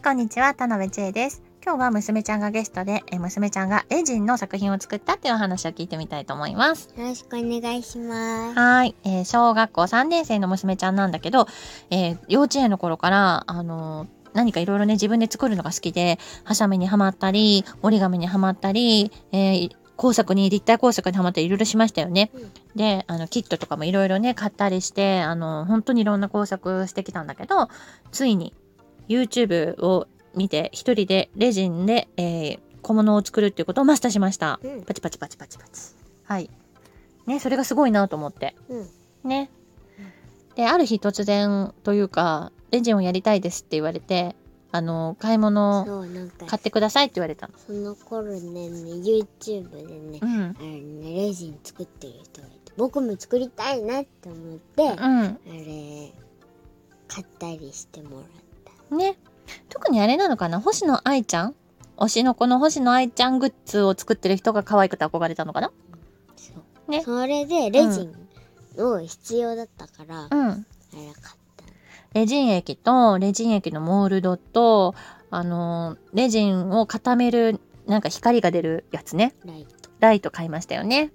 こんにちは、田辺千恵です。今日は娘ちゃんがゲストで、娘ちゃんがレジンの作品を作ったっていうお話を聞いてみたいと思います。 よろしくお願いします。 はい、小学校3年生の娘ちゃんなんだけど、幼稚園の頃から何かいろいろね自分で作るのが好きで、ハサミにはまったり、折り紙にはまったり、工作に立体工作にはまったりいろいろしましたよね。で、キットとかもいろいろね買ったりして、本当にいろんな工作してきたんだけど、ついに YouTube を見て一人でレジンで、小物を作るっていうことをマスターしました。パチパチパチパチパチ。はい。ね、それがすごいなと思って。ね。で、ある日突然というか、レジンをやりたいですって言われて、買い物を買ってくださいって言われたの。 その頃ね、YouTube でね、レジン作ってる人がいて、僕も作りたいなって思って、あれ、買ったりしてもらった。 ね。特にあれなのかな、星野愛ちゃん、推しの子の星野愛ちゃんグッズを作ってる人が可愛くて憧れたのかな。 そうね。それでレジンを必要だったから、あれ買った。 レジン液とレジン液のモールドとレジンを固めるなんか光が出るやつね。ライト買いましたよね。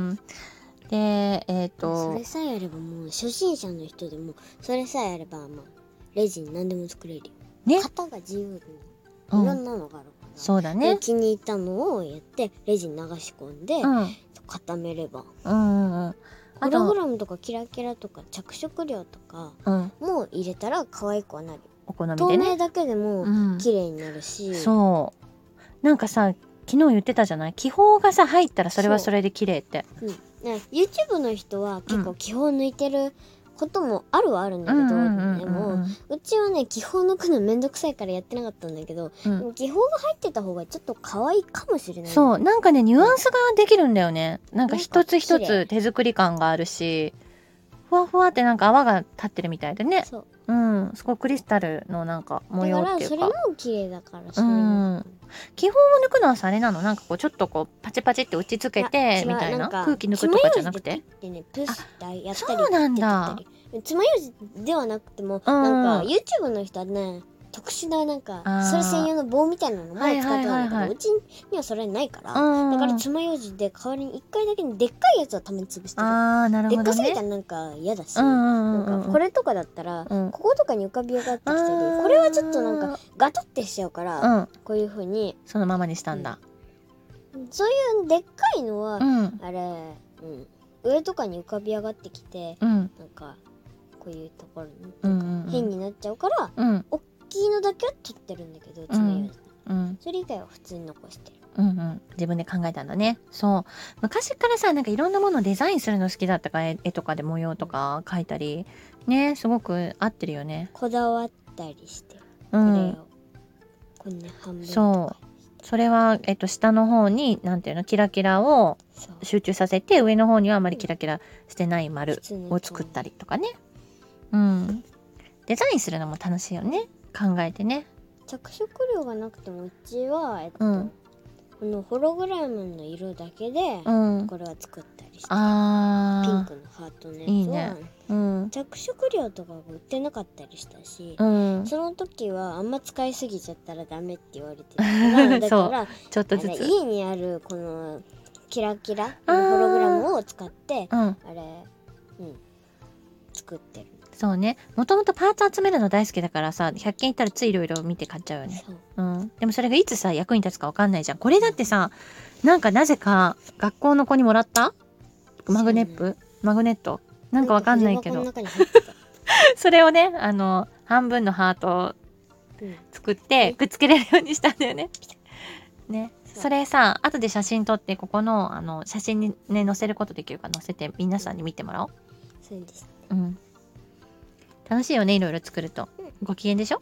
でそれさえあれば、もう初心者の人でもそれさえあれば、レジン何でも作れるよね。型が自由にいろんなのがあるから、 そうだね。 気に入ったのをやってレジン流し込んで、固めれば、ホログラムとかキラキラとか着色料とかも入れたら可愛くはなる。 お好みで透ね。 明だけでも綺麗になるし、 そうなんかさ、昨日言ってたじゃない、気泡がさ入ったらそれはそれで綺麗って。 YouTube の人は結構気泡抜いてることもあるはあるんだけど、でもうちはね、気泡抜くのめんどくさいからやってなかったんだけど、でも気泡が入ってた方がちょっと可愛いかもしれない。 そう、なんかねニュアンスができるんだよね。なんか一つ一つ手作り感があるし、ふわふわってなんか泡が立ってるみたいでね。すごいクリスタルのなんか模様っていうか。 だからそれも綺麗だから、それも気泡を抜くのはさ、あれなの、なんかこうちょっとこうパチパチって打ち付けてみたいな、空気抜くとかじゃなくて、 そうなんだ。爪楊枝ではなくても、なんか YouTube の人はね、特殊ななんかそれ専用の棒みたいなのも使ってたんだけど、うちにはそれないから、だから爪楊枝で代わりに1回だけにでっかいやつはために潰してる。でっかすぎたらなんか嫌だし、なんかこれとかだったらこことかに浮かび上がってきたり、これはちょっとなんかガタってしちゃうから、こういう風にそのままにしたんだ。 そういうでっかいのはあれ、上とかに浮かび上がってきて、なんかこういうところに変になっちゃうから、大きいのだけは取ってるんだけど、爪楊枝、それ以外は普通に残してる。 自分で考えたんだね。そう、昔からさ、なんかいろんなものをデザインするの好きだったから、絵とかで模様とか描いたりね、すごく合ってるよね。 こだわったりしてる、これをこんな半分とか。 それは下の方になんていうの、キラキラを集中させて、上の方にはあまりキラキラしてない丸を作ったりとかね。デザインするのも楽しいよね、考えてね。 着色料がなくてもうちはこのホログラムの色だけでこれは作ったりして、ピンクのハートのやつは着色料とかが売ってなかったりしたし、その時はあんま使いすぎちゃったらダメって言われてたからだからちょっとずつ家にあるこのキラキラのホログラムを使って作ってる。 そうね、もともとパーツ集めるの大好きだからさ、100均行ったらついいろいろ見て買っちゃうよね。でもそれがいつさ役に立つか分かんないじゃん。これだってさ、なんかなぜか学校の子にもらったマグネットなんか分かんないけどそれをね、半分のハートを作ってくっつけれるようにしたんだよね。それさ、後で写真撮ってここの写真にね載せることできるから載せて皆さんに見てもらおう。 そうです。 楽しいよね、いろいろ作ると。ご機嫌でしょ。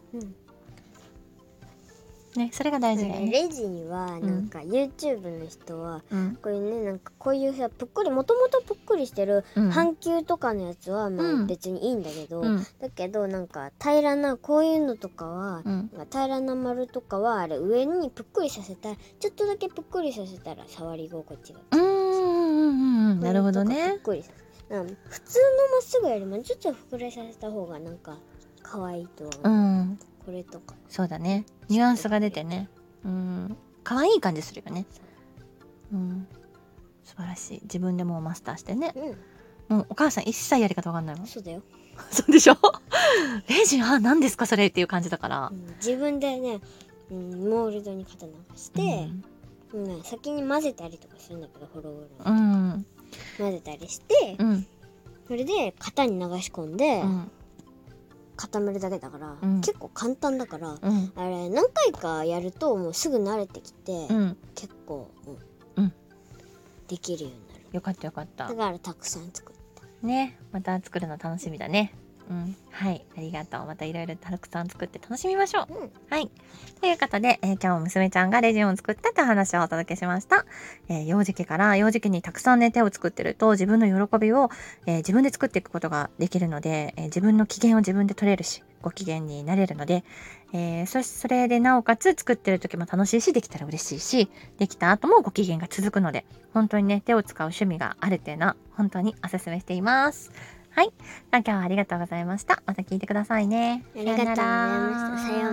ね、それが大事だよね。 レジにはなんか YouTube の人はこういうね、なんかこういうさ、ぷっくりもともとぷっくりしてる半球とかのやつは別にいいんだけど、だけどなんか平らなこういうのとかは、平らな丸とかはあれ上にぷっくりさせたら、ちょっとだけぷっくりさせたら触り心地がなるほどね。 普通のまっすぐよりもちょっとふっくらさせた方がなんか可愛いと思う。 これとか。 そうだね、ニュアンスが出てね、可愛い感じするよね。素晴らしい。自分でもうマスターしてね。もうお母さん一切やり方わかんないもん。 そうだよ。 そうでしょレジン、何ですかそれっていう感じだから。 自分でね、モールドに型流して、先に混ぜたりとかするんだけど、ホログラム混ぜたりして、それで型に流し込んで、固めるだけだから、結構簡単だから、あれ何回かやるともうすぐ慣れてきて、結構、できるようになる。 よかったよかった。 だからたくさん作ったね。また作るの楽しみだね。はい、ありがとう。またいろいろたくさん作って楽しみましょう。はい。ということで、今日も娘ちゃんがレジンを作ったという話をお届けしました。幼児期から幼児期にたくさんね、手を作ってると自分の喜びを、自分で作っていくことができるので、自分の機嫌を自分で取れるし、ご機嫌になれるので、それでなおかつ作ってる時も楽しいし、できたら嬉しいし、できた後もご機嫌が続くので、本当にね、手を使う趣味があるっていうのは本当におすすめしています。はい。今日はありがとうございました。また聞いてくださいね。 ありがとうございました。さようなら。